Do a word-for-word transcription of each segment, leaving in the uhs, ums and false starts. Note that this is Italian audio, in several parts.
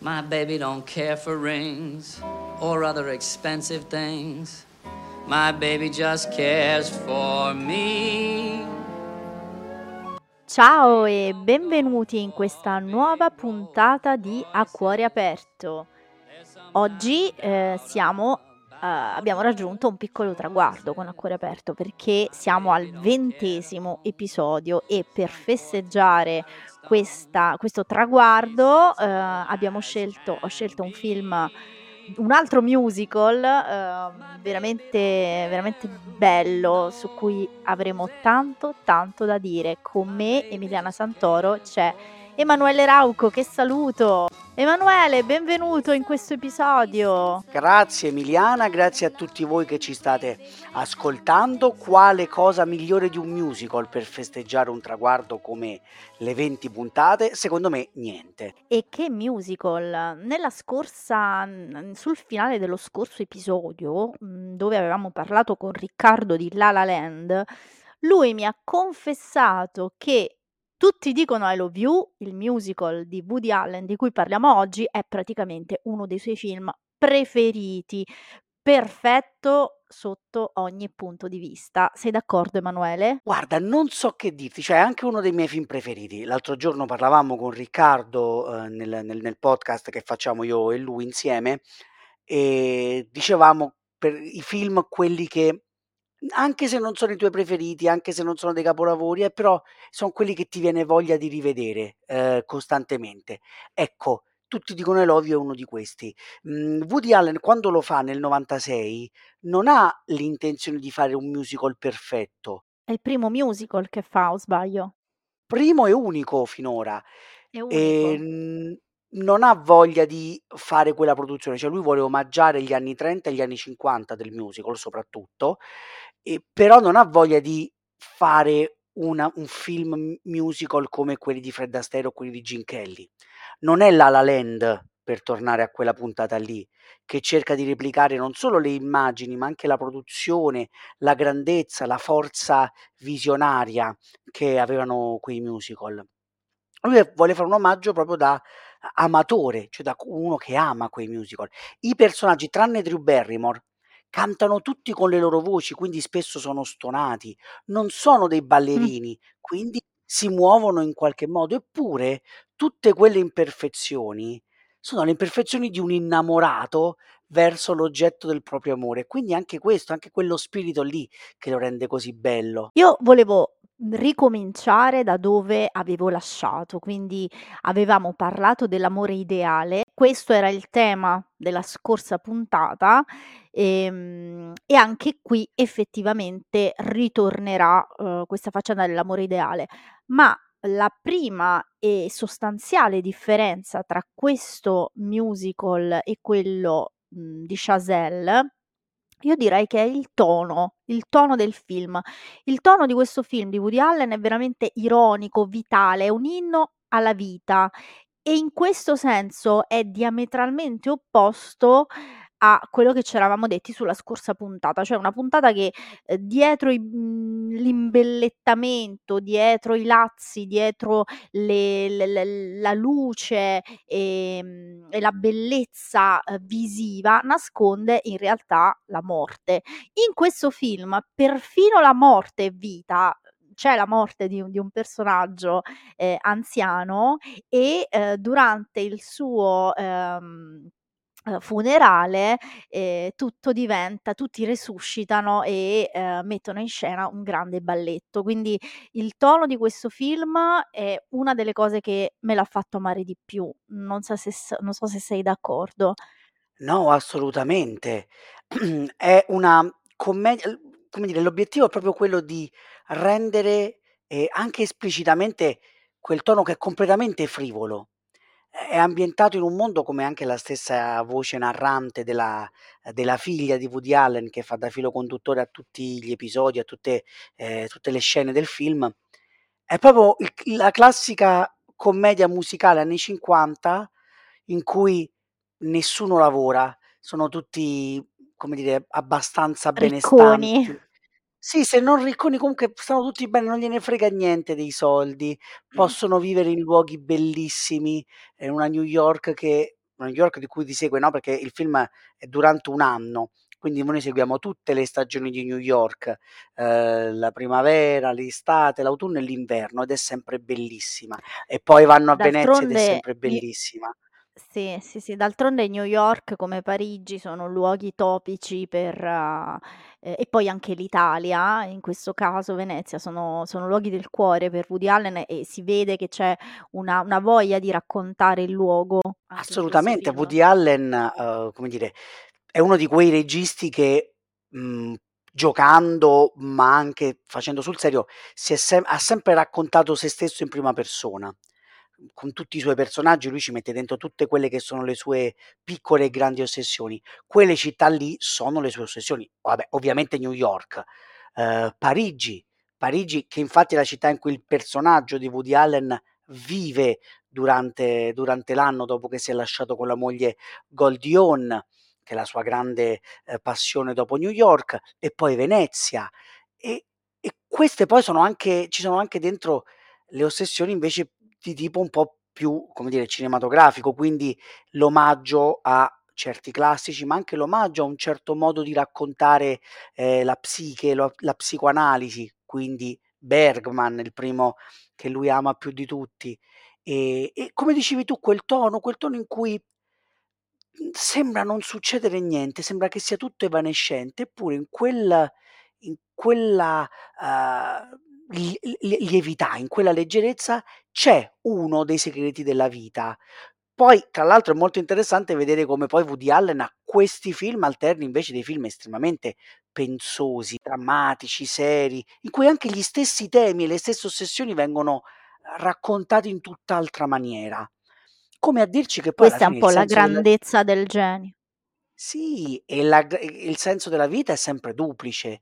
My baby don't care for rings or other expensive things. My baby just cares for me. Ciao e benvenuti in questa nuova puntata di A Cuore Aperto. Oggi eh, siamo, eh, abbiamo raggiunto un piccolo traguardo con A Cuore Aperto perché siamo al ventesimo episodio e per festeggiare questa, questo traguardo eh, abbiamo scelto, ho scelto un film, un altro musical eh, veramente, veramente bello su cui avremo tanto tanto da dire. Con me, Emiliana Santoro, c'è Emanuele Rauco, che saluto. Emanuele, benvenuto in questo episodio. Grazie Emiliana, grazie a tutti voi che ci state ascoltando. Quale cosa migliore di un musical per festeggiare un traguardo come le venti puntate? Secondo me niente. E che musical! Nella scorsa, mh, sul finale dello scorso episodio, mh, dove avevamo parlato con Riccardo di La La Land, lui mi ha confessato che Tutti dicono I love you, il musical di Woody Allen di cui parliamo oggi, è praticamente uno dei suoi film preferiti. Perfetto sotto ogni punto di vista. Sei d'accordo, Emanuele? Guarda, non so che dirti, cioè è anche uno dei miei film preferiti. L'altro giorno parlavamo con Riccardo eh, nel, nel- nel podcast che facciamo io e lui insieme e dicevamo per i film quelli che, anche se non sono i tuoi preferiti, anche se non sono dei capolavori, eh, però sono quelli che ti viene voglia di rivedere eh, costantemente. Ecco, tutti dicono I love you è uno di questi. Mm, Woody Allen quando lo fa nel novantasei non ha l'intenzione di fare un musical perfetto. È il primo musical che fa, o sbaglio? Primo e unico finora. È unico. Ehm, non ha voglia di fare quella produzione, cioè lui vuole omaggiare gli anni trenta e gli anni cinquanta del musical soprattutto, e però non ha voglia di fare una un film m musical come quelli di Fred Astaire o quelli di Gene Kelly. Non è La La Land, per tornare a quella puntata lì, che cerca di replicare non solo le immagini, ma anche la produzione, la grandezza, la forza visionaria che avevano quei musical. Lui e vuole fare un omaggio proprio da a amatore, cioè da c uno che ama quei musical. I personaggi, tranne Drew Barrymore, cantano tutti con le loro voci, quindi spesso sono stonati, non sono dei Mh. ballerini, quindi si muovono in qualche modo. Eppure tutte quelle imperfezioni sono le imperfezioni di un innamorato verso l'oggetto del proprio amore. Quindi anche questo, anche quello spirito lì che lo rende così bello. Io volevo, mhmm, ricominciare da dove avevo lasciato, quindi avevamo parlato dell'amore ideale, questo era il tema della scorsa puntata, ehm, e anche qui effettivamente ritornerà, uhm, questa faccenda dell'amore ideale. Ma la prima e sostanziale differenza tra questo musical e quello, mhmm, di Chazelle, io direi che è il tono, il tono del film. Il tono di questo film di Woody Allen è veramente ironico, vitale, è un inno alla vita e in questo senso è diametralmente opposto a quello che c'eravamo detti sulla scorsa puntata, cioè una puntata che, ehm, dietro i mhmm, l'imbellettamento, dietro i lazzi, dietro le l l la luce, ehm, e la bellezza, uhm, visiva, nasconde in realtà la morte. In questo film perfino la morte è vita, c'è la morte di un di un personaggio, ehm, anziano e, ehm, durante il suo, ehm, uhm, funerale, ehm, tutto diventa tutti resuscitano e, ehm, mettono in scena un grande balletto. Quindi il tono di questo film è una delle cose che me l'ha fatto amare di più. Non so se s non so se sei d'accordo. No, assolutamente. È una commedia l come dire, l'obiettivo è proprio quello di rendere, ehm, anche esplicitamente quel tono che è completamente frivolo. È ambientato in un mondo, come anche la stessa voce narrante della della figlia di Woody Allen, che fa da filo conduttore a tutti gli episodi, a tutte ehm, tutte le scene del film. È proprio il c la classica commedia musicale anni 'cinquanta in cui nessuno lavora, sono tutti, come dire, abbastanza Ricconi. benestanti. Sì, se non ricconi comunque stanno tutti bene, non gliene frega niente dei soldi, possono vivere in luoghi bellissimi, in una New York che New York di cui ti segue, no, perché il film è durante un anno, quindi noi seguiamo tutte le stagioni di New York, ehm, la primavera, l'estate, l'autunno e l'inverno ed è sempre bellissima. E poi vanno a Venezia ed è D'altronde sempre New bellissima. sì, sì, sì, d'altronde New York come Parigi sono luoghi topici per ehm, e poi anche l'Italia, in questo caso Venezia, sono sono luoghi del cuore per Woody Allen e si vede che c'è una una voglia di raccontare il luogo anche in questo Assolutamente, film. Woody Allen, uhm, come dire, è uno di quei registi che, mhmm, giocando, ma anche facendo sul serio, si è sem ha sempre raccontato se stesso in prima persona. Con tutti i suoi personaggi lui ci mette dentro tutte quelle che sono le sue piccole e grandi ossessioni. Quelle città lì sono le sue ossessioni. Vabbè, ovviamente New York, ehm, Parigi, Parigi che infatti è la città in cui il personaggio di Woody Allen vive durante durante l'anno dopo che si è lasciato con la moglie Goldie Hawn, che è la sua grande, ehm, passione dopo New York, e poi Venezia. E e queste poi sono anche ci sono anche dentro le ossessioni invece di tipo un po' più, come dire, cinematografico, quindi l'omaggio a certi classici, ma anche l'omaggio a un certo modo di raccontare, ehm, la psiche, lo la psicoanalisi, quindi Bergman, il primo che lui ama più di tutti. Ehm, e come dicevi tu, quel tono quel tono in cui mhmm, sembra non succedere niente, sembra che sia tutto evanescente, eppure in quel in quella, uhm, li li lievità, in quella leggerezza c'è uno dei segreti della vita. Poi, tra l'altro, è molto interessante vedere come poi Woody Allen a questi film alterni invece dei film estremamente pensosi, drammatici, seri, in cui anche gli stessi temi e le stesse ossessioni vengono raccontati in tutt'altra maniera. Come a dirci che poi alla Questa è un fine il po' la senso del grandezza del genio. sì, e la g e il senso della vita è sempre duplice,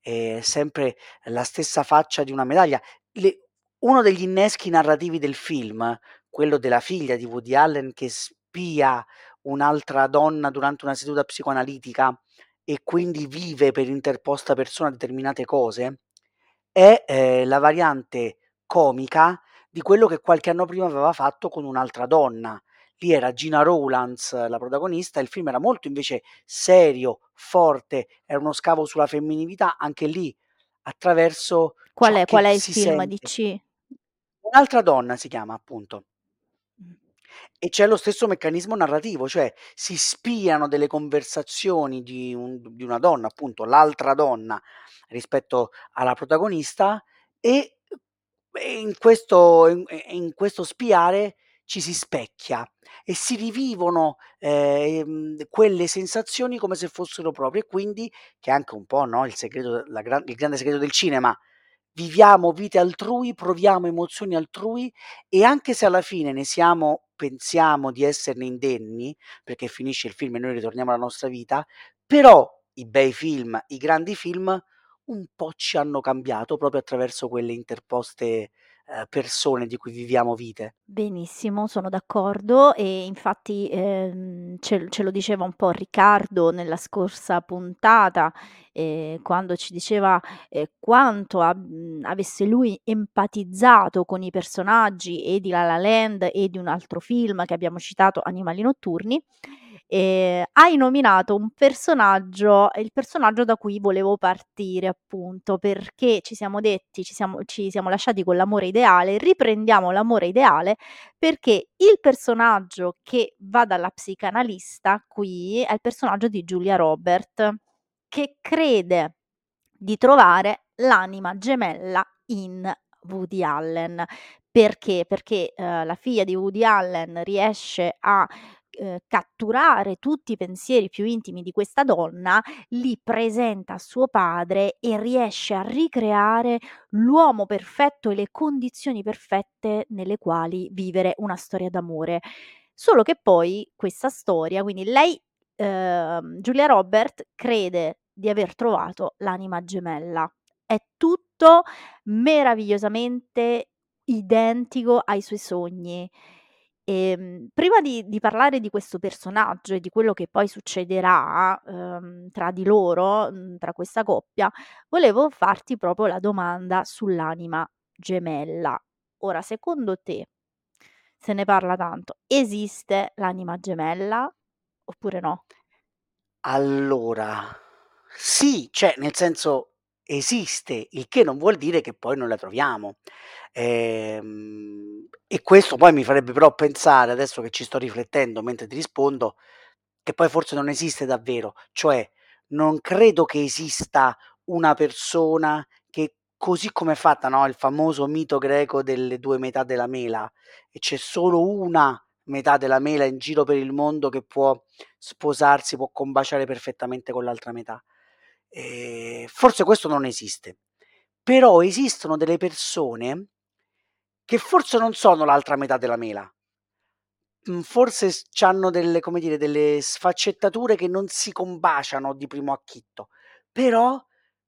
è sempre la stessa faccia di una medaglia. Le Uno degli inneschi narrativi del film, quello della figlia di Woody Allen che spia un'altra donna durante una seduta psicoanalitica e quindi vive per interposta persona determinate cose, è, ehm, la variante comica di quello che qualche anno prima aveva fatto con un'altra donna. Lì era Gina Rowlands la protagonista, il film era molto invece serio, forte, era uno scavo sulla femminilità, anche lì attraverso Qual ciò è che qual è il si film? sente. Dici. Un'altra donna si chiama, appunto. Mh. E c'è lo stesso meccanismo narrativo, cioè si spiano delle conversazioni di un di una donna, appunto, l'altra donna rispetto alla protagonista e e in questo in e in questo spiare ci si specchia e si rivivono, ehm, quelle sensazioni come se fossero proprie e quindi che è anche un po', no, il segreto la gran il grande segreto del cinema. Viviamo vite altrui, proviamo emozioni altrui e anche se alla fine ne siamo pensiamo di esserne indenni, perché finisce il film e noi ritorniamo alla nostra vita, però i bei film, i grandi film un po' ci hanno cambiato proprio attraverso quelle interposte, ehm, persone di cui viviamo vite. Benissimo, sono d'accordo e infatti, ehm, ce ce lo diceva un po' Riccardo nella scorsa puntata, ehm, quando ci diceva, ehm, quanto a mhmm, avesse lui empatizzato con i personaggi e di La La Land e di un altro film che abbiamo citato, Animali notturni. Ehm, hai nominato un personaggio il personaggio da cui volevo partire appunto, perché ci siamo detti ci siamo ci siamo lasciati con l'amore ideale, riprendiamo l'amore ideale perché il personaggio che va dalla psicanalista qui è il personaggio di Julia Robert, che crede di trovare l'anima gemella in Woody Allen. Perché? Perché, ehm, la figlia di Woody Allen riesce a, ehm, catturare tutti i pensieri più intimi di questa donna, li presenta a suo padre e riesce a ricreare l'uomo perfetto e le condizioni perfette nelle quali vivere una storia d'amore. Solo che poi questa storia quindi lei ehm, Julia Robert crede di aver trovato l'anima gemella. È tutto meravigliosamente identico ai suoi sogni. Ehm, prima di di parlare di questo personaggio e di quello che poi succederà, uhm, tra di loro, mhmm, tra questa coppia, volevo farti proprio la domanda sull'anima gemella. Ora, secondo te se ne parla tanto. Esiste l'anima gemella oppure no? Allora, sì, cioè nel senso esiste, il che non vuol dire che poi non la troviamo. Ehm, e questo poi mi farebbe però pensare, adesso che ci sto riflettendo mentre ti rispondo, che poi forse non esiste davvero. Cioè, non credo che esista una persona che così come è fatta, no, il famoso mito greco delle due metà della mela, e c'è solo una metà della mela in giro per il mondo che può sposarsi, può combaciare perfettamente con l'altra metà. Ehm, forse questo non esiste, però esistono delle persone che forse non sono l'altra metà della mela. Mhmm, forse s c'hanno delle come dire, delle sfaccettature che non si combaciano di primo acchito, però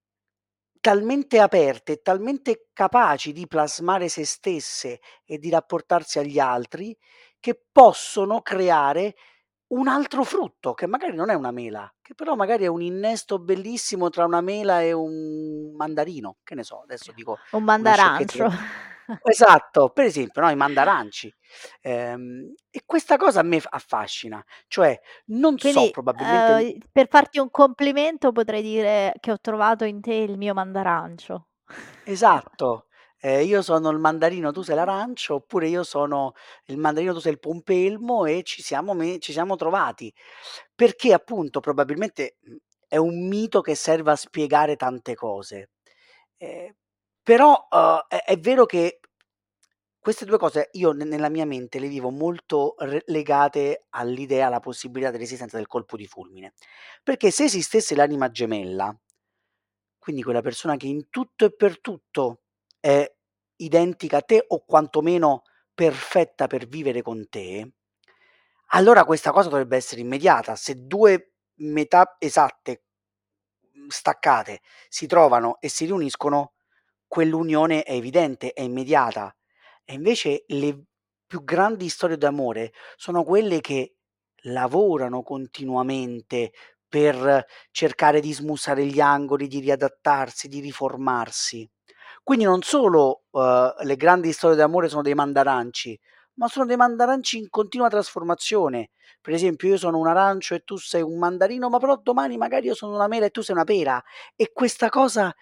talmente aperte e talmente capaci di plasmare se stesse e di rapportarsi agli altri, che possono creare un altro frutto, che magari non è una mela, che però magari è un innesto bellissimo tra una mela e un mandarino, che ne so, adesso dico Un una sciocchezza mandarancio. che esatto, per esempio, no, i mandaranci. Ehm, e questa cosa a me f affascina, cioè non so, Quindi, probabilmente n uhm, per farti un complimento potrei dire che ho trovato in te il mio mandarancio. esatto, ehm, io sono il mandarino, tu sei l'arancio, oppure io sono il mandarino, tu sei il pompelmo e ci siamo me ci siamo trovati. Perché appunto probabilmente, mhmm, è un mito che serve a spiegare tante cose. Ehm, però, uhm, è è vero che queste due cose io ne nella mia mente le vivo molto re legate all'idea, alla possibilità dell'esistenza del colpo di fulmine. Perché se esistesse l'anima gemella, quindi quella persona che in tutto e per tutto è identica a te o quantomeno perfetta per vivere con te, allora questa cosa dovrebbe essere immediata. Se due metà esatte, mhmm, staccate, si trovano e si riuniscono, quell'unione è evidente, è immediata. E invece le più grandi storie d'amore sono quelle che lavorano continuamente per cercare di smussare gli angoli, di riadattarsi, di riformarsi. Quindi non solo, uhm, le grandi storie d'amore sono dei mandaranci, ma sono dei mandaranci in continua trasformazione. Per esempio, io sono un arancio e tu sei un mandarino, ma però domani magari io sono una mela e tu sei una pera, e questa cosa,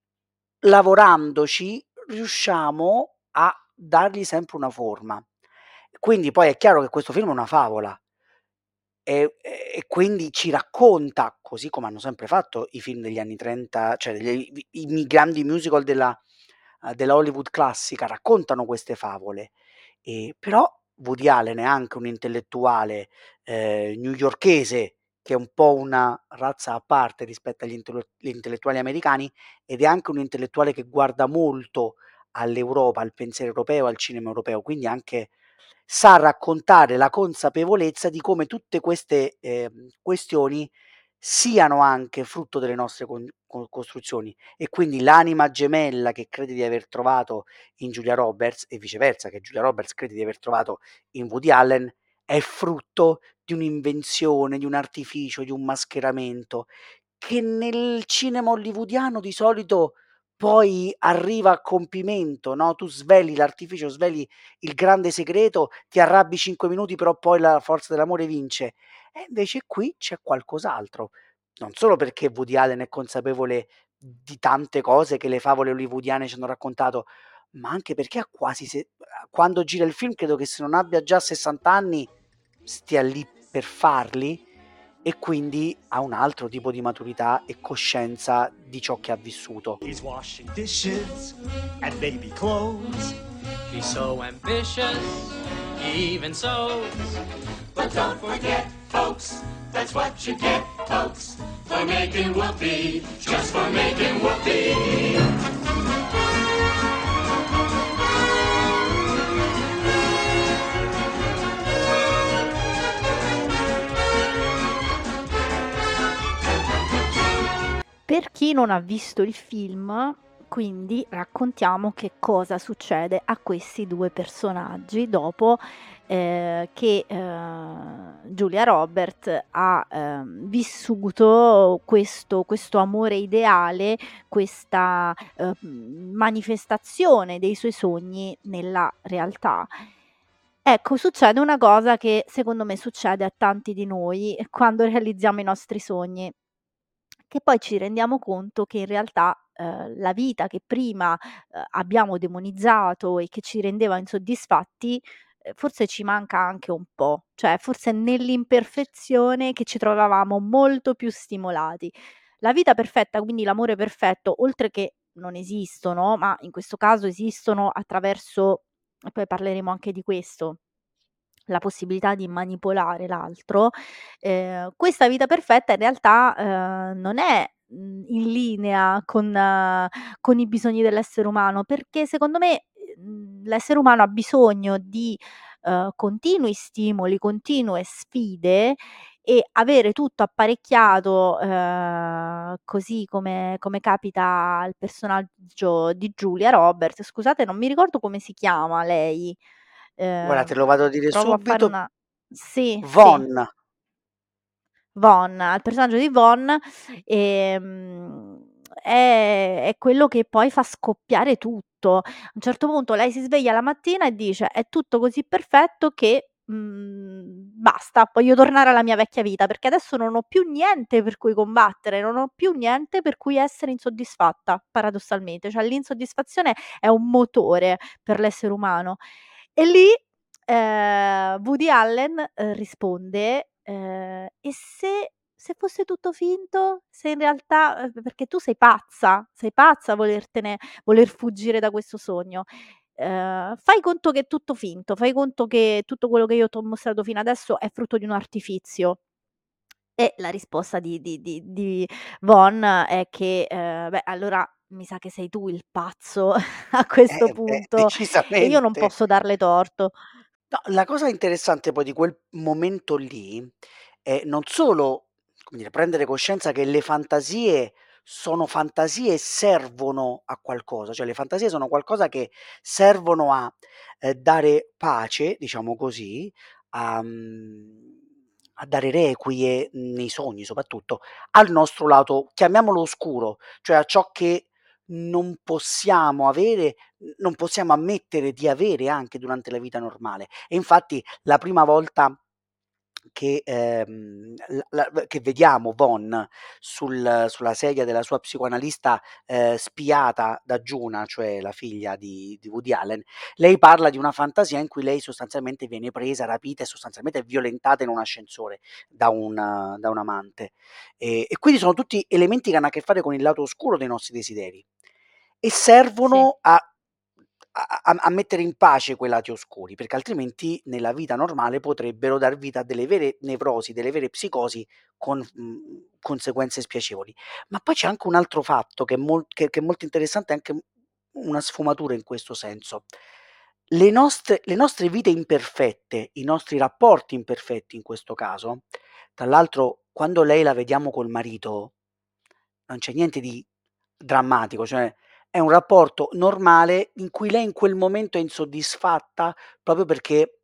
lavorandoci, riusciamo a dargli sempre una forma. Quindi poi è chiaro che questo film è una favola. E e quindi ci racconta, così come hanno sempre fatto i film degli anni 'trenta, cioè degli i i mi grandi musical della uhm, della Hollywood classica, raccontano queste favole. Ehm, però Woody Allen è anche un intellettuale, ehm, newyorkese, che è un po' una razza a parte rispetto agli intello gli intellettuali americani, ed è anche un intellettuale che guarda molto all'Europa, al pensiero europeo, al cinema europeo, quindi anche sa raccontare la consapevolezza di come tutte queste, ehm, questioni siano anche frutto delle nostre con co costruzioni, e quindi l'anima gemella che crede di aver trovato in Julia Roberts e viceversa, che Julia Roberts crede di aver trovato in Woody Allen, è frutto di un'invenzione, di un artificio, di un mascheramento che nel cinema hollywoodiano di solito poi arriva a compimento, no, tu sveli l'artificio, sveli il grande segreto, ti arrabbi cinque minuti, però poi la forza dell'amore vince. E invece qui c'è qualcos'altro. Non solo perché Woody Allen è consapevole di tante cose che le favole hollywoodiane ci hanno raccontato, ma anche perché ha quasi se quando gira il film credo che se non abbia già sessanta anni stia lì per farli, e quindi ha un altro tipo di maturità e coscienza di ciò che ha vissuto. He's washing dishes and baby clothes. He's so ambitious, he even sews. But don't forget, folks, that's what you get, folks, for making whoopee, just for making whoopee. Per chi non ha visto il film, quindi raccontiamo che cosa succede a questi due personaggi dopo eh, che eh, Julia Roberts ha eh, vissuto questo, questo amore ideale, questa eh, manifestazione dei suoi sogni nella realtà. Ecco, succede una cosa che secondo me succede a tanti di noi quando realizziamo i nostri sogni, che poi ci rendiamo conto che in realtà, ehm, la vita che prima, ehm, abbiamo demonizzato e che ci rendeva insoddisfatti, ehm, forse ci manca anche un po', cioè forse è nell'imperfezione che ci trovavamo molto più stimolati. La vita perfetta, quindi l'amore perfetto, oltre che non esistono, ma in questo caso esistono attraverso e poi parleremo anche di questo, la possibilità di manipolare l'altro, ehm, questa vita perfetta in realtà, ehm, non è, mhmm, in linea con eh, con i bisogni dell'essere umano, perché secondo me, mhmm, l'essere umano ha bisogno di, ehm, continui stimoli, continue sfide e avere tutto apparecchiato, ehm, così come come capita al personaggio di Julia Roberts. Scusate, non mi ricordo come si chiama lei. Guarda, te lo Ehm, vado a dire provo a fare subito. una sì, sì, Von. Von, al personaggio di Von, ehm, è è quello che poi fa scoppiare tutto. A un certo punto lei si sveglia la mattina e dice: "È tutto così perfetto che, mhmm, basta, voglio tornare alla mia vecchia vita, perché adesso non ho più niente per cui combattere, non ho più niente per cui essere insoddisfatta", paradossalmente. Cioè l'insoddisfazione è un motore per l'essere umano. E lì, ehm, Woody Allen, ehm, risponde, ehm: "E se se fosse tutto finto? Se in realtà uhm, perché tu sei pazza, sei pazza a volertene voler fuggire da questo sogno. Ehm, fai conto che è tutto finto, fai conto che tutto quello che io t'ho mostrato fino adesso è frutto di un artificio." E la risposta di di di di Von è che, ehm: "Beh, allora mi sa che sei tu il pazzo a questo Eh beh, punto e io non decisamente. posso darle torto." No, la cosa interessante poi di quel momento lì è non solo, come dire, prendere coscienza che le fantasie sono fantasie e servono a qualcosa, cioè le fantasie sono qualcosa che servono a, ehm, dare pace, diciamo così, a mhmm, a dare requie, nei sogni soprattutto, al nostro lato, chiamiamolo oscuro, cioè a ciò che non possiamo avere, n non possiamo ammettere di avere anche durante la vita normale. E infatti la prima volta che, ehm, la la che vediamo Von sul sulla sedia della sua psicoanalista, ehm, spiata da Juna, cioè la figlia di di Woody Allen, lei parla di una fantasia in cui lei sostanzialmente viene presa, rapita e sostanzialmente violentata in un ascensore da un da un amante. Ehm, e quindi sono tutti elementi che hanno a che fare con il lato oscuro dei nostri desideri e Sì, servono a a a a mettere in pace quei lati oscuri, perché altrimenti nella vita normale potrebbero dar vita a delle vere nevrosi, delle vere psicosi con, mhmm, conseguenze spiacevoli. Ma poi c'è anche un altro fatto che è mol che che è molto interessante, anche, mhmm, una sfumatura in questo senso. Le nostre le nostre vite imperfette, i nostri rapporti imperfetti in questo caso, tra l'altro quando lei la vediamo col marito, non c'è niente di drammatico, cioè è un rapporto normale in cui lei in quel momento è insoddisfatta proprio perché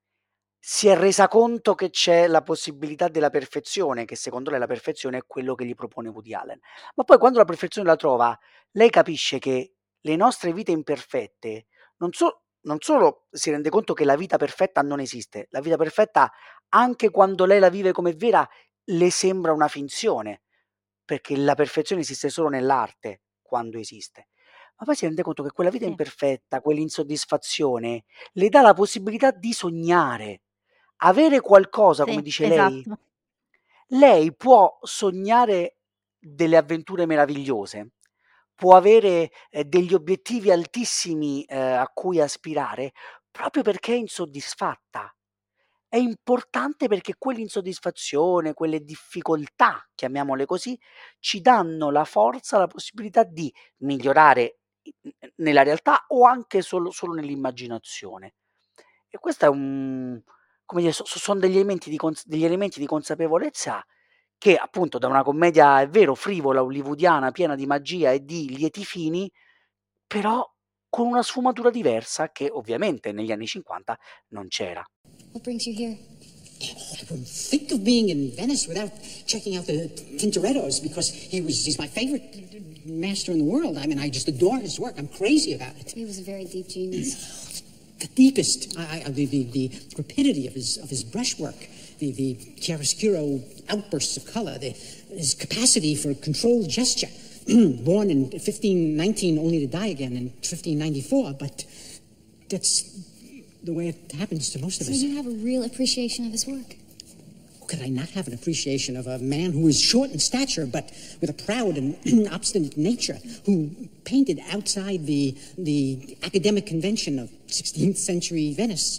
si è resa conto che c'è la possibilità della perfezione, che secondo lei la perfezione è quello che gli propone Woody Allen. Ma poi quando la perfezione la trova, lei capisce che le nostre vite imperfette non so non solo si rende conto che la vita perfetta non esiste, la vita perfetta anche quando lei la vive come vera, le sembra una finzione, perché la perfezione esiste solo nell'arte, quando esiste. Ma poi si rende conto che quella vita sì, imperfetta, quell'insoddisfazione, le dà la possibilità di sognare. Avere qualcosa, come sì, dice lei, esatto. lei può sognare delle avventure meravigliose, può avere, ehm, degli obiettivi altissimi, ehm, a cui aspirare, proprio perché è insoddisfatta. È importante perché quell'insoddisfazione, quelle difficoltà, chiamiamole così, ci danno la forza, la possibilità di migliorare i n nella realtà o anche solo solo nell'immaginazione. E questo è un come dire, so so son degli elementi di cons degli elementi di consapevolezza che appunto da una commedia, è vero, frivola, hollywoodiana, piena di magia e di lieti fini, però con una sfumatura diversa che ovviamente negli anni 'cinquanta non c'era. What brings you here? Well, think of being in Venice without checking out the Tintorettos because he was he's my favorite master in the world. I mean, I just adore his work. I'm crazy about it. He was a very deep genius. the deepest, I, I, the, the, the rapidity of his of his brushwork, the, the chiaroscuro outbursts of color, the, his capacity for controlled gesture. Born in fifteen nineteen, only to die again in fifteen ninety-four, but that's the way it happens to most of So us. you have a real appreciation of his work. Could I not have an appreciation of a man who is short in stature, but with a proud and obstinate nature, who painted outside the the academic convention of sixteenth century Venice?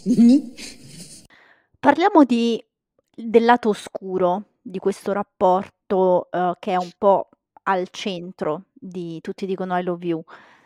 Parliamo di del lato oscuro di questo rapporto, uhm, che è un po' al centro di Tutti dicono I love you,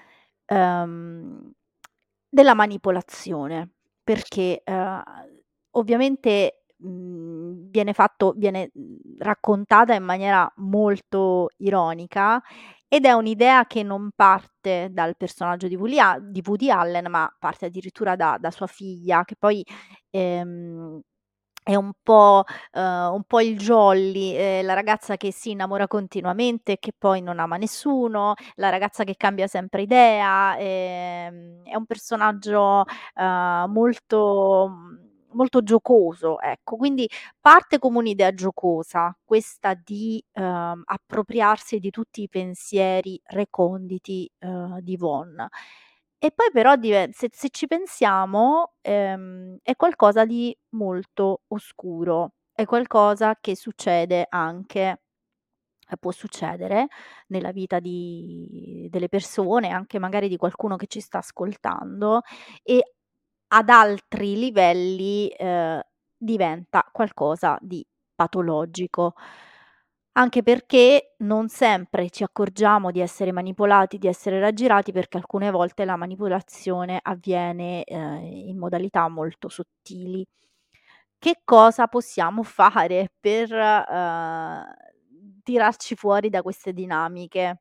uhm, della manipolazione, perché, uhm, ovviamente, mhmm, viene fatto viene, mhmm, raccontata in maniera molto ironica ed è un'idea che non parte dal personaggio di Woody A di Woody Allen, ma parte addirittura da da sua figlia, che poi, ehm, è un po', uhm, un po' il jolly, ehm, la ragazza che si innamora continuamente e che poi non ama nessuno, la ragazza che cambia sempre idea, ehm, è un personaggio, uhm, molto mhmm, molto giocoso, ecco. Quindi parte come un'idea giocosa, questa di, uhm, appropriarsi di tutti i pensieri reconditi, uhm, di Yvonne. E poi però dive se se ci pensiamo, ehm, è qualcosa di molto oscuro, è qualcosa che succede anche e può succedere nella vita di delle persone, anche magari di qualcuno che ci sta ascoltando e ad altri livelli, ehm, diventa qualcosa di patologico. Anche perché non sempre ci accorgiamo di essere manipolati, di essere raggirati, perché alcune volte la manipolazione avviene, ehm, in modalità molto sottili. Che cosa possiamo fare per, uhm, tirarci fuori da queste dinamiche?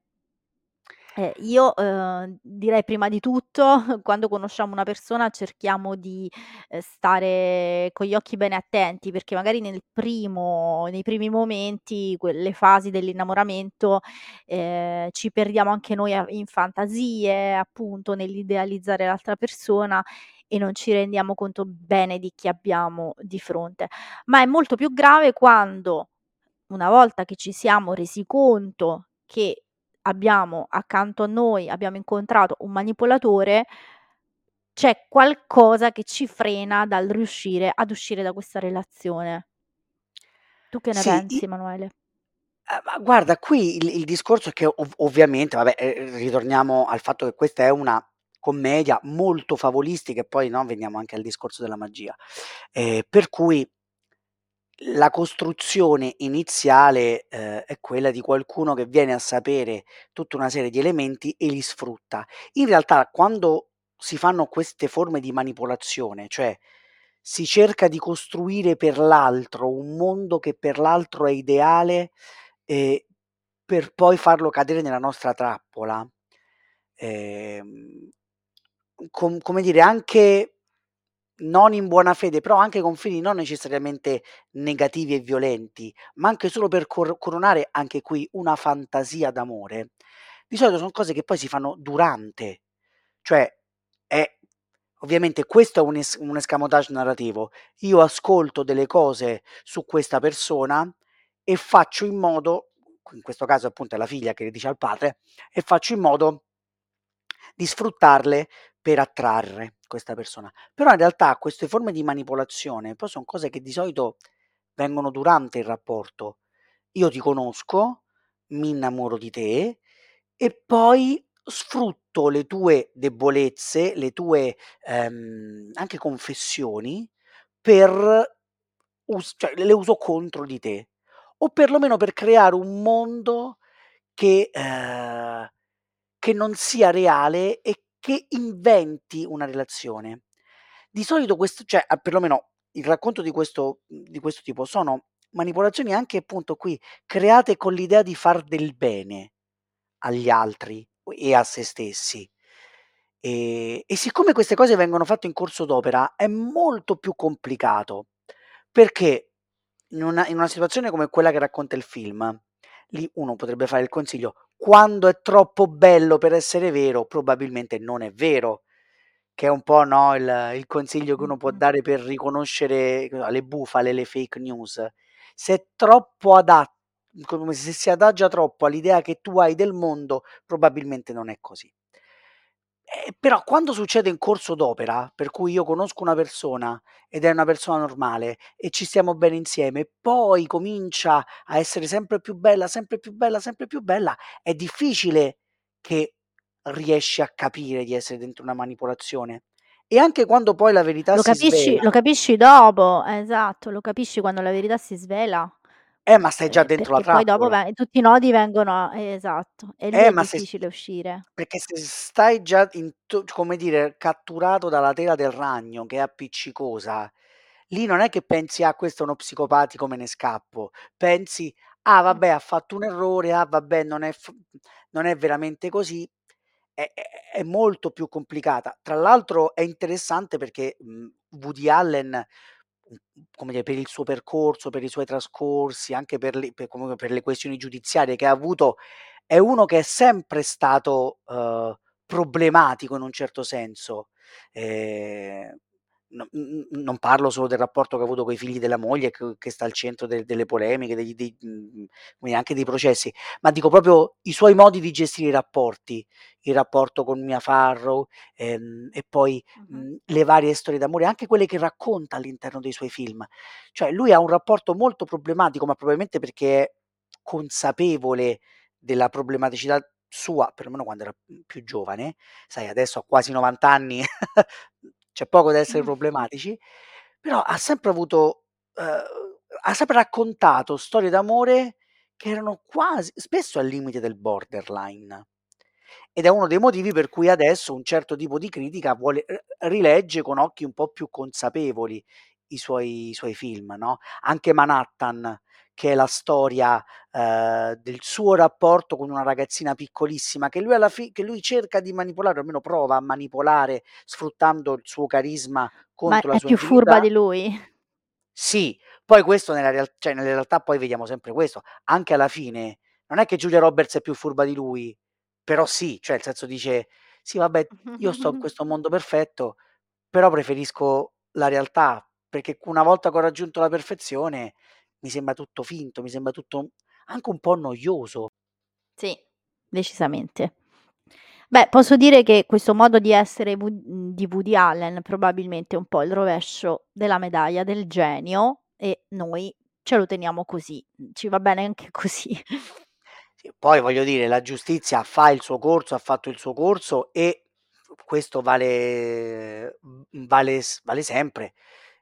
Eh, io, uhm, direi prima di tutto quando conosciamo una persona cerchiamo di, ehm, stare con gli occhi bene attenti, perché magari nel primo nei primi momenti, quelle fasi dell'innamoramento, ehm, ci perdiamo anche noi a in fantasie, appunto, nell'idealizzare l'altra persona e non ci rendiamo conto bene di chi abbiamo di fronte. Ma è molto più grave quando, una volta che ci siamo resi conto che abbiamo accanto a noi abbiamo incontrato un manipolatore, c'è qualcosa che ci frena dal riuscire ad uscire da questa relazione. Tu che ne Sì, pensi, i Emanuele? Eh, ma guarda, qui il il discorso è che ov ovviamente, vabbè, ehm, ritorniamo al fatto che questa è una commedia molto favolistica e poi, no, veniamo anche al discorso della magia. Ehm, per cui la costruzione iniziale, ehm, è quella di qualcuno che viene a sapere tutta una serie di elementi e li sfrutta. In realtà quando si fanno queste forme di manipolazione, cioè si cerca di costruire per l'altro un mondo che per l'altro è ideale, ehm, per poi farlo cadere nella nostra trappola, ehm, com come dire, anche non in buona fede, però anche con fini non necessariamente negativi e violenti, ma anche solo per cor coronare anche qui una fantasia d'amore, di solito son cose che poi si fanno durante, cioè è ovviamente questo è un es un escamotage narrativo. Io ascolto delle cose su questa persona e faccio in modo, in questo caso appunto è la figlia che le dice al padre, e faccio in modo di sfruttarle per attrarre questa persona. Però in realtà queste forme di manipolazione poi son cose che di solito vengono durante il rapporto. Io ti conosco, mi innamoro di te e poi sfrutto le tue debolezze, le tue, ehm, anche confessioni per us cioè le uso contro di te, o perlomeno per creare un mondo che ehm, che non sia reale e che inventi una relazione. Di solito questo cioè, a perlomeno il racconto di questo mhmm, di questo tipo sono manipolazioni anche appunto qui create con l'idea di far del bene agli altri o e a se stessi. Ehm, e siccome queste cose vengono fatte in corso d'opera è molto più complicato, perché in una in una situazione come quella che racconta il film, lì uno potrebbe fare il consiglio: quando è troppo bello per essere vero, probabilmente non è vero che è un po', no, il il consiglio che uno può Mh-mh. dare per riconoscere che ne so, le bufale, le fake news. Se è troppo adat come se si adagia troppo all'idea che tu hai del mondo, probabilmente non è così. Eh, però quando succede in corso d'opera, per cui io conosco una persona ed è una persona normale e ci stiamo bene insieme, poi comincia a essere sempre più bella, sempre più bella, sempre più bella, è difficile che riesci a capire di essere dentro una manipolazione. E anche quando poi la verità Lo si capisci svela lo capisci dopo, esatto, lo capisci quando la verità si svela, eh, ma stai già ehm, dentro la perché poi dopo trappola. ve tutti i nodi vengono esatto, e lì Eh, è ma se s difficile uscire. perché se stai già in tu come dire, catturato dalla tela del ragno che è appiccicosa, lì non è che pensi: "Ah, questo è uno psicopatico, me ne scappo." Pensi: "Ah, Mh. vabbè, ha fatto un errore, ah, vabbè, non è f non è veramente così." È è è molto più complicata. Tra l'altro è interessante perché, mhmm, Woody Allen, mhmm, come dire, per il suo percorso, per i suoi trascorsi, anche per le per comunque per le questioni giudiziarie che ha avuto, è uno che è sempre stato, uhm, problematico in un certo senso. Ehm, no n n non parlo solo del rapporto che ha avuto coi figli della moglie, che che sta al centro de delle polemiche, degli dei mhmm, quindi anche dei processi, ma dico proprio i suoi modi di gestire i rapporti, il rapporto con Mia Farrow, ehm, e poi, Mh-mh. mhmm, le varie storie d'amore, anche quelle che racconta all'interno dei suoi film. Cioè lui ha un rapporto molto problematico, ma probabilmente perché è consapevole della problematicità sua, perlomeno quando era, mhmm, più giovane. Sai, adesso ha quasi novanta anni, c'è poco da essere Mh. problematici, però ha sempre avuto uhm, ha sempre raccontato storie d'amore che erano quasi spesso al limite del borderline. Ed è uno dei motivi per cui adesso un certo tipo di critica vuole r rilegge con occhi un po' più consapevoli i suoi i suoi film, no, anche Manhattan, che è la storia, ehm, del suo rapporto con una ragazzina piccolissima che lui alla fi che lui cerca di manipolare, o almeno prova a manipolare, sfruttando il suo carisma Ma contro la è sua più furba ingenuità. di lui. Sì, poi questo nella real cioè nella realtà poi vediamo sempre questo. Anche alla fine non è che Giulia Roberts è più furba di lui, però sì, cioè nel senso dice: "Sì vabbè, io sto in questo mondo perfetto, però preferisco la realtà, perché una volta che ho raggiunto la perfezione mi sembra tutto finto, mi sembra tutto anche un po' noioso." Sì, decisamente. Beh, posso dire che questo modo di essere Wood mhmm, di Woody Allen probabilmente è un po' il rovescio della medaglia del genio e noi ce lo teniamo così. Mhmm, ci va bene anche così. Sì, poi voglio dire, la giustizia fa il suo corso, ha fatto il suo corso e questo vale mhmm, vale s vale sempre.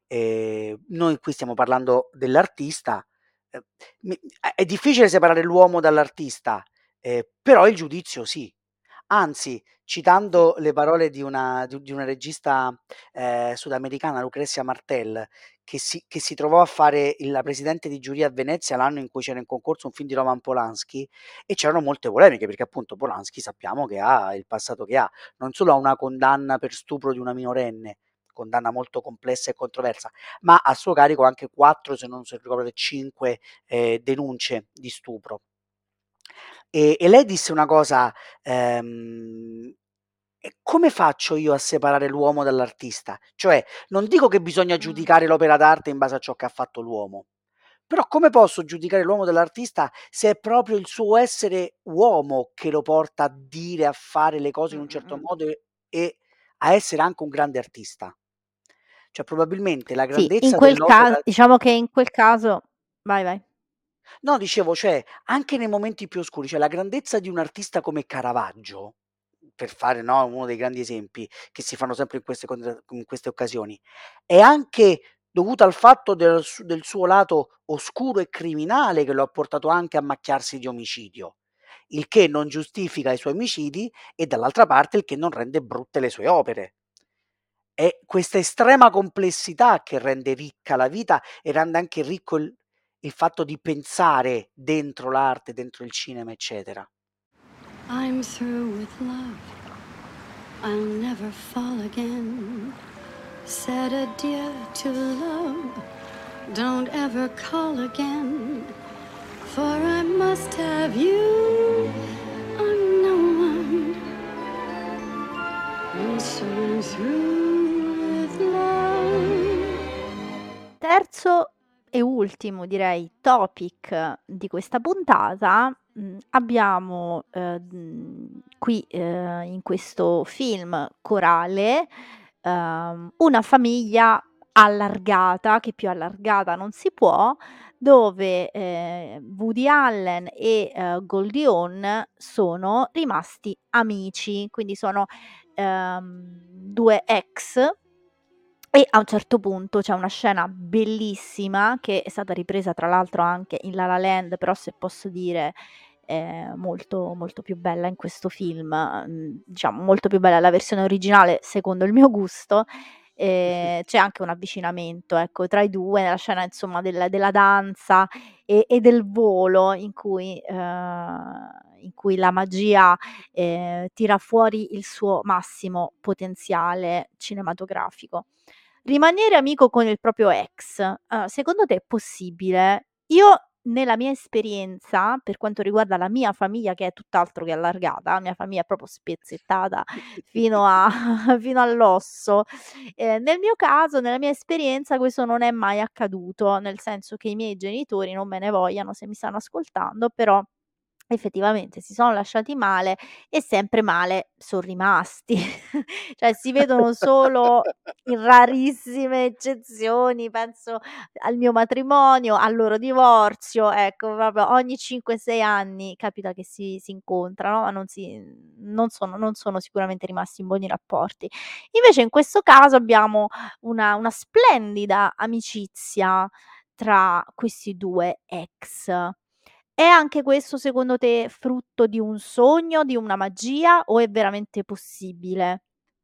Ehm, noi qui stiamo parlando dell'artista, ehm, mi è è difficile separare l'uomo dall'artista, ehm, però il giudizio sì. Anzi, Sì. citando le parole di una di di una regista, ehm, sudamericana, Lucrezia Martel, che si che si trovò a fare il la presidente di giuria a Venezia l'anno in cui c'era in concorso un film di Roman Polanski e c'erano molte polemiche, perché appunto Polanski sappiamo che ha il passato che ha. Non solo ha una condanna per stupro di una minorenne, condanna molto complessa e controversa, ma a suo carico anche quattro, se non se ricordo, cinque, ehm, denunce di stupro. E e lei disse una cosa, ehm: "E come faccio io a separare l'uomo dall'artista? Cioè, non dico che bisogna Mh. giudicare l'opera d'arte in base a ciò che ha fatto l'uomo, però come posso giudicare l'uomo dall'artista se è proprio il suo essere uomo che lo porta a dire, a fare le cose Mh, in un mh, certo mh. modo e e a essere anche un grande artista?" Cioè probabilmente la Sì, in grandezza quel ca dell'opera diciamo che in quel caso vai, vai. no, dicevo, cioè, anche nei momenti più oscuri, cioè la grandezza di un artista come Caravaggio, per fare, no, uno dei grandi esempi che si fanno sempre in queste con in queste occasioni, è anche dovuta al fatto del s del suo lato oscuro e criminale che lo ha portato anche a macchiarsi di omicidio, il che non giustifica i suoi omicidi e dall'altra parte il che non rende brutte le sue opere. È questa estrema complessità che rende ricca la vita e rende anche ricco il il fatto di pensare dentro l'arte, dentro il cinema, eccetera. I'm through with love. I'll never fall again. Said adieu to love. Don't ever call again. For I must have you. I'm no one. So I'm through with love. Terzo e ultimo, direi, topic di questa puntata, mhmm, abbiamo, uhm, qui, uhm, in questo film corale, uhm, una famiglia allargata, che più allargata non si può, dove, ehm, Woody Allen e, uhm, Goldie Hawn sono rimasti amici, quindi sono, uhm, due ex. E a un certo punto c'è una scena bellissima, che è stata ripresa tra l'altro anche in La La Land, però se posso dire è molto, molto più bella in questo film, mhmm, diciamo molto più bella la versione originale secondo il mio gusto. Ehm, c'è anche un avvicinamento, ecco, tra i due nella scena insomma del della danza e e del volo in cui uhm, in cui la magia, ehm, tira fuori il suo massimo potenziale cinematografico. Rimanere amico con il proprio ex, uhm, secondo te è possibile? Io nella mia esperienza, per quanto riguarda la mia famiglia che è tutt'altro che allargata, la mia famiglia è proprio spezzettata fino a fino all'osso, ehm, nel mio caso, nella mia esperienza questo non è mai accaduto, nel senso che i miei genitori, non me ne vogliano se mi stanno ascoltando, però effettivamente si sono lasciati male e sempre male son rimasti. Cioè si vedono solo in rarissime eccezioni, penso al mio matrimonio, al loro divorzio, ecco proprio ogni cinque, sei anni capita che si si incontrano, ma non si non sono non sono sicuramente rimasti in buoni rapporti. Invece in questo caso abbiamo una una splendida amicizia tra questi due ex. È anche questo secondo te frutto di un sogno, di una magia o è veramente possibile?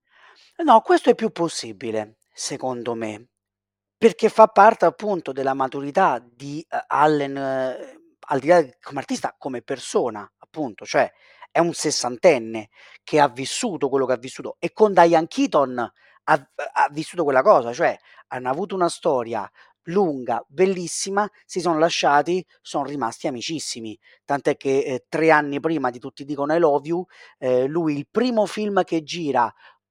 No, questo è più possibile, secondo me, perché fa parte appunto della maturità di, uhm, Allen, ehm, al di là d come artista, come persona appunto, cioè è un sessantenne che ha vissuto quello che ha vissuto e con Diane Keaton ha v ha vissuto quella cosa, cioè hanno avuto una storia lunga, bellissima, si son lasciati, son rimasti amicissimi. Tant'è che, ehm, tre anni prima di Tutti dicono I love you, ehm, lui il primo film che gira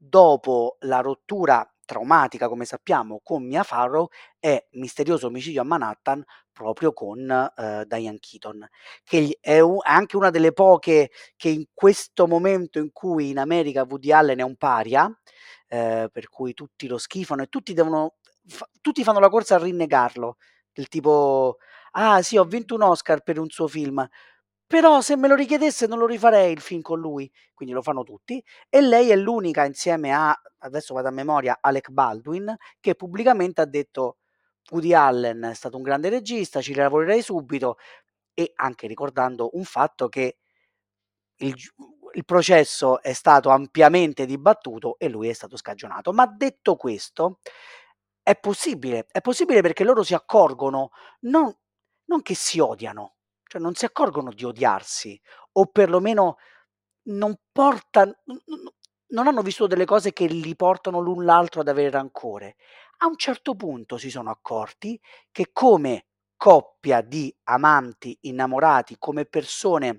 dopo la rottura traumatica, come sappiamo, con Mia Farrow è Misterioso omicidio a Manhattan proprio con, uhm, Diane Keaton, che gli è u è anche una delle poche che in questo momento in cui in America Woody Allen è un paria, ehm, per cui tutti lo schifano e tutti devono f tutti fanno la corsa a rinnegarlo, del tipo: "Ah sì, ho vinto un Oscar per un suo film, però se me lo richiedesse non lo rifarei il film con lui", quindi lo fanno tutti, e lei è l'unica insieme a, adesso vado a memoria, Alec Baldwin, che pubblicamente ha detto: "Woody Allen è stato un grande regista, ci lavorerei subito", e anche ricordando un fatto che il giu il processo è stato ampiamente dibattuto e lui è stato scagionato. Ma detto questo, è possibile, è possibile perché loro si accorgono non non che si odiano, cioè non si accorgono di odiarsi o perlomeno non portan n n non hanno vissuto delle cose che li portano l'un l'altro ad avere rancore. A un certo punto si sono accorti che come coppia di amanti innamorati, come persone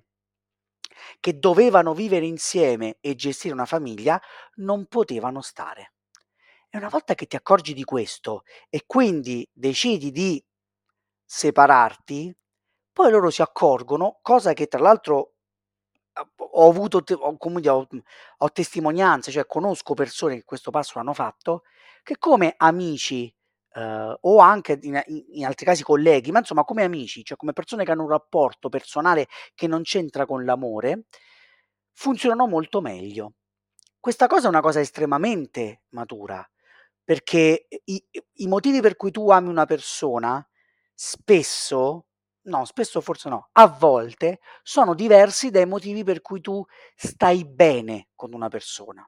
che dovevano vivere insieme e gestire una famiglia, non potevano stare. E una volta che ti accorgi di questo e quindi decidi di separarti, poi loro si accorgono, cosa che tra l'altro a ho avuto te ho come dire, ho mhmm, ho testimonianze, cioè conosco persone che questo passo l'hanno fatto, che come amici, uhm, o anche in in in altri casi colleghi, ma insomma come amici, cioè come persone che hanno un rapporto personale che non c'entra con l'amore, funzionano molto meglio. Questa cosa è una cosa estremamente matura, perché i i motivi per cui tu ami una persona spesso no, spesso forse no, a volte sono diversi dai motivi per cui tu stai bene con una persona.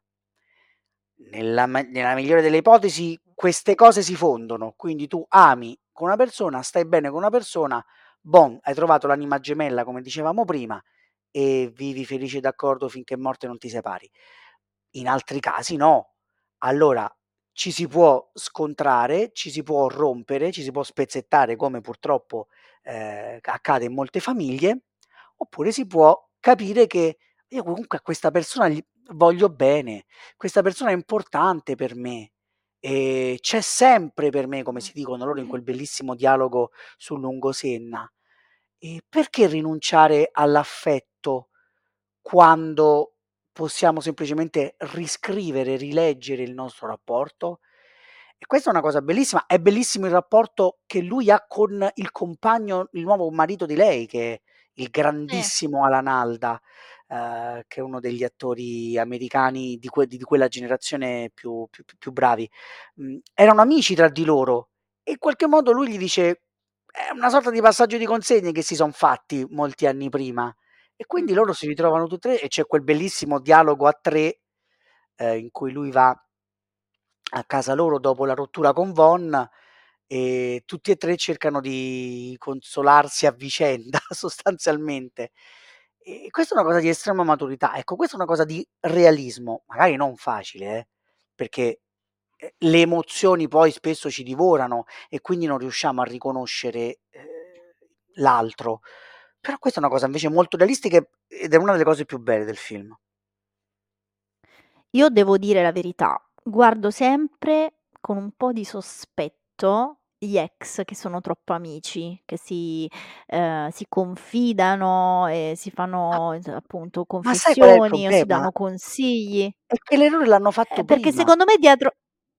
Nella me nella migliore delle ipotesi queste cose si fondono, quindi tu ami con una persona, stai bene con una persona, bon, hai trovato l'anima gemella come dicevamo prima e vivi felici e d'accordo finché morte non ti separi. In altri casi no. Allora ci si può scontrare, ci si può rompere, ci si può spezzettare come purtroppo, ehm, ca accade in molte famiglie, oppure si può capire che io comunque a questa persona gli voglio bene, questa persona è importante per me, ehm, c'è sempre per me, come si dicono loro in quel bellissimo dialogo su Lungosenna. E perché rinunciare all'affetto quando possiamo semplicemente riscrivere, rileggere il nostro rapporto? E questa è una cosa bellissima. È bellissimo il rapporto che lui ha con il compagno, il nuovo marito di lei, che è il Sì. grandissimo Alan Alda, ehm, che è uno degli attori americani di que di quella generazione più più più bravi. Mhmm, erano amici tra di loro e in qualche modo lui gli dice è una sorta di passaggio di consegne che si son fatti molti anni prima e quindi Mh-mh. loro si ritrovano tutte e tre e c'è quel bellissimo dialogo a tre, ehm, in cui lui va a casa loro dopo la rottura con Von e tutti e tre cercano di consolarsi a vicenda sostanzialmente. E questa è una cosa di estrema maturità. Ecco, questa è una cosa di realismo, magari non facile eh, perché, ehm, le emozioni poi spesso ci divorano e quindi non riusciamo a riconoscere, ehm, l'altro. Però questa è una cosa invece molto realistica e ed è una delle cose più belle del film. Io devo dire la verità, guardo sempre con un po' di sospetto gli ex che sono troppo amici, che si ehm, si confidano e si Ma fanno es appunto ma sai qual è il confessioni o si problema? danno consigli. È che l'errore l'hanno Eh, fatto perché prima. secondo me dietro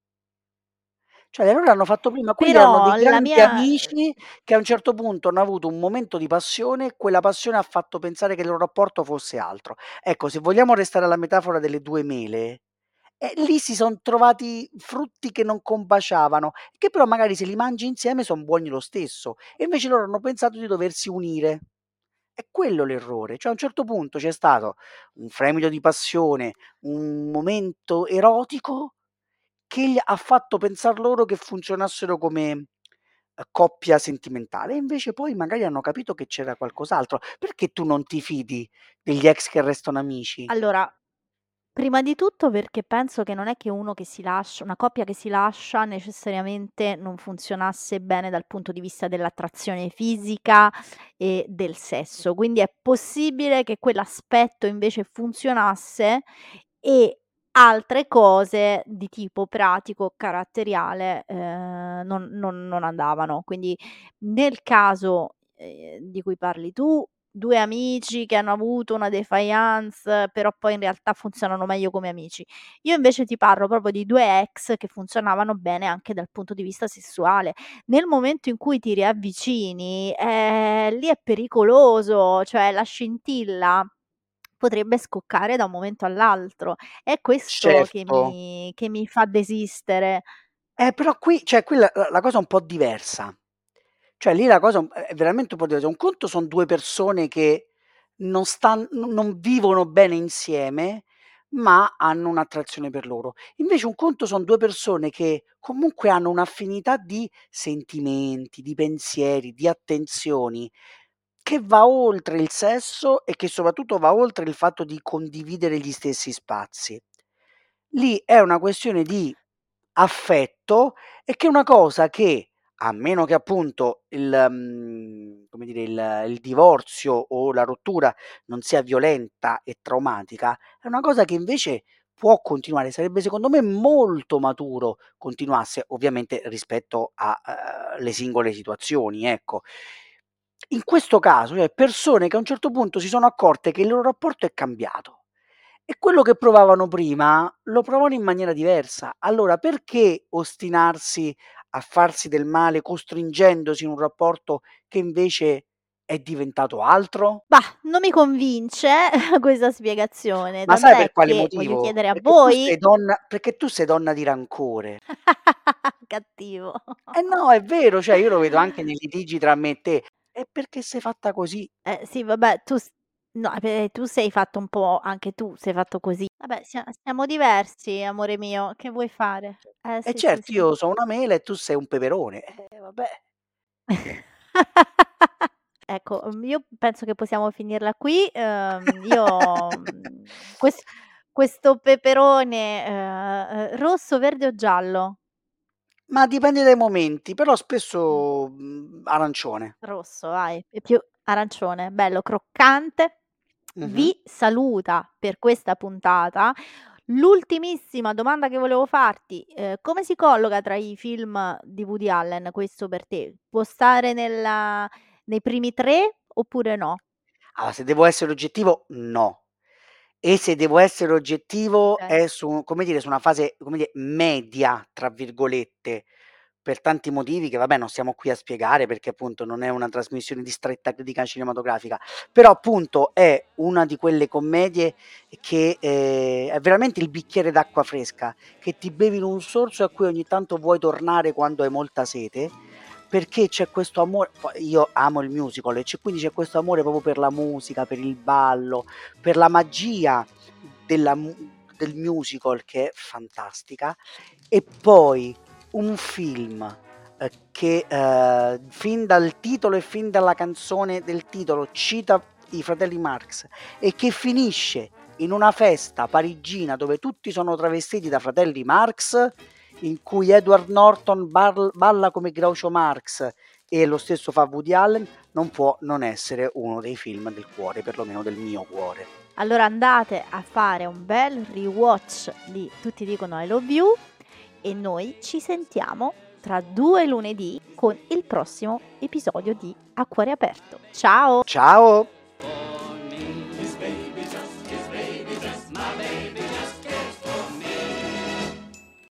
Cioè l'errore l'hanno fatto prima, quelli erano dei però la grandi mia amici che a un certo punto hanno avuto un momento di passione e quella passione ha fatto pensare che il loro rapporto fosse altro. Ecco, se vogliamo restare alla metafora delle due mele, eh, lì si son trovati frutti che non combaciavano, che però magari se li mangi insieme son buoni lo stesso e invece loro hanno pensato di doversi unire. È quello l'errore, cioè a un certo punto c'è stato un fremito di passione, un momento erotico che gli ha fatto pensar loro che funzionassero come, ehm, coppia sentimentale e invece poi magari hanno capito che c'era qualcos'altro. Perché tu non ti fidi degli ex che restano amici? Allora, prima di tutto perché penso che non è che uno che si lascia una coppia che si lascia necessariamente non funzionasse bene dal punto di vista dell'attrazione fisica e del sesso, quindi è possibile che quell'aspetto invece funzionasse e altre cose di tipo pratico, caratteriale, ehm, non non non andavano. Quindi nel caso, ehm, di cui parli tu, due amici che hanno avuto una défaillance, però poi in realtà funzionano meglio come amici. Io invece ti parlo proprio di due ex che funzionavano bene anche dal punto di vista sessuale. Nel momento in cui ti riavvicini, ehm, lì è pericoloso, cioè la scintilla potrebbe scoccare da un momento all'altro. È questo che Certo. mi che mi fa desistere. Eh, però qui cioè qui la la la cosa è un po' diversa. Cioè lì la cosa è un è veramente un po' diversa. Un conto son due persone che non stan no non vivono bene insieme, ma hanno un'attrazione per loro. Invece un conto son due persone che comunque hanno un'affinità di sentimenti, di pensieri, di attenzioni, che va oltre il sesso e che soprattutto va oltre il fatto di condividere gli stessi spazi. Lì è una questione di affetto e che è una cosa che, a meno che appunto il mhmm, come dire, il il divorzio o la rottura non sia violenta e traumatica, è una cosa che invece può continuare. Sarebbe secondo me molto maturo continuasse, ovviamente rispetto a, uhm, le singole situazioni, ecco. In questo caso, cioè persone che a un certo punto si sono accorte che il loro rapporto è cambiato e quello che provavano prima lo provano in maniera diversa. Allora perché ostinarsi a farsi del male costringendosi in un rapporto che invece è diventato altro? Bah, non mi convince questa spiegazione, Ma sai per tant'è quale che voglio motivo? chiedere a Perché tu sei voi donna perché tu sei donna di rancore. cattivo. Eh no, è vero, cioè io lo vedo anche nei litigi tra me e te. È perché sei fatta così. Eh sì, vabbè, tu s no, beh, tu sei fatto un po' anche tu sei fatto così. Vabbè, sia siamo diversi, amore mio, che vuoi fare? Eh E sì, sì, certo, sì. io so' una mela e tu sei un peperone. Eh vabbè. Ecco, uhm, io penso che possiamo finirla qui. Uhm, io, mhmm, ques questo peperone, ehm, ehm, rosso, verde o giallo? Ma dipende dai momenti, però Mh. spesso, mhmm, arancione. Rosso vai, è più arancione, bello croccante. Mh-mh. vi saluta per questa puntata. L'ultimissima domanda che volevo farti, ehm, come si colloca tra i film di Woody Allen questo per te? Può stare nella nei primi tre oppure no? Allora, se devo essere oggettivo, no. E se devo essere oggettivo Okay. è su come dire, su una fase, come dire, "media" tra virgolette, per tanti motivi che vabbè non stiamo qui a spiegare perché appunto non è una trasmissione di stretta critica cinematografica, però appunto è una di quelle commedie che, ehm, è veramente il bicchiere d'acqua fresca, che ti bevi in un sorso e a cui ogni tanto vuoi tornare quando hai molta sete, perché c'è questo amore poi io amo il musical e c'è quindi c'è questo amore proprio per la musica, per il ballo, per la magia della mu del musical che è fantastica, e poi un film, ehm, che, ehm, fin dal titolo e fin dalla canzone del titolo cita i fratelli Marx e che finisce in una festa parigina dove tutti sono travestiti da fratelli Marx, in cui Edward Norton barl balla come Groucho Marx e lo stesso fa Woody Allen, non può non essere uno dei film del cuore, perlomeno del mio cuore. Allora andate a fare un bel rewatch di Tutti dicono I love you e noi ci sentiamo tra due lunedì con il prossimo episodio di A Cuore Aperto. Ciao! Ciao!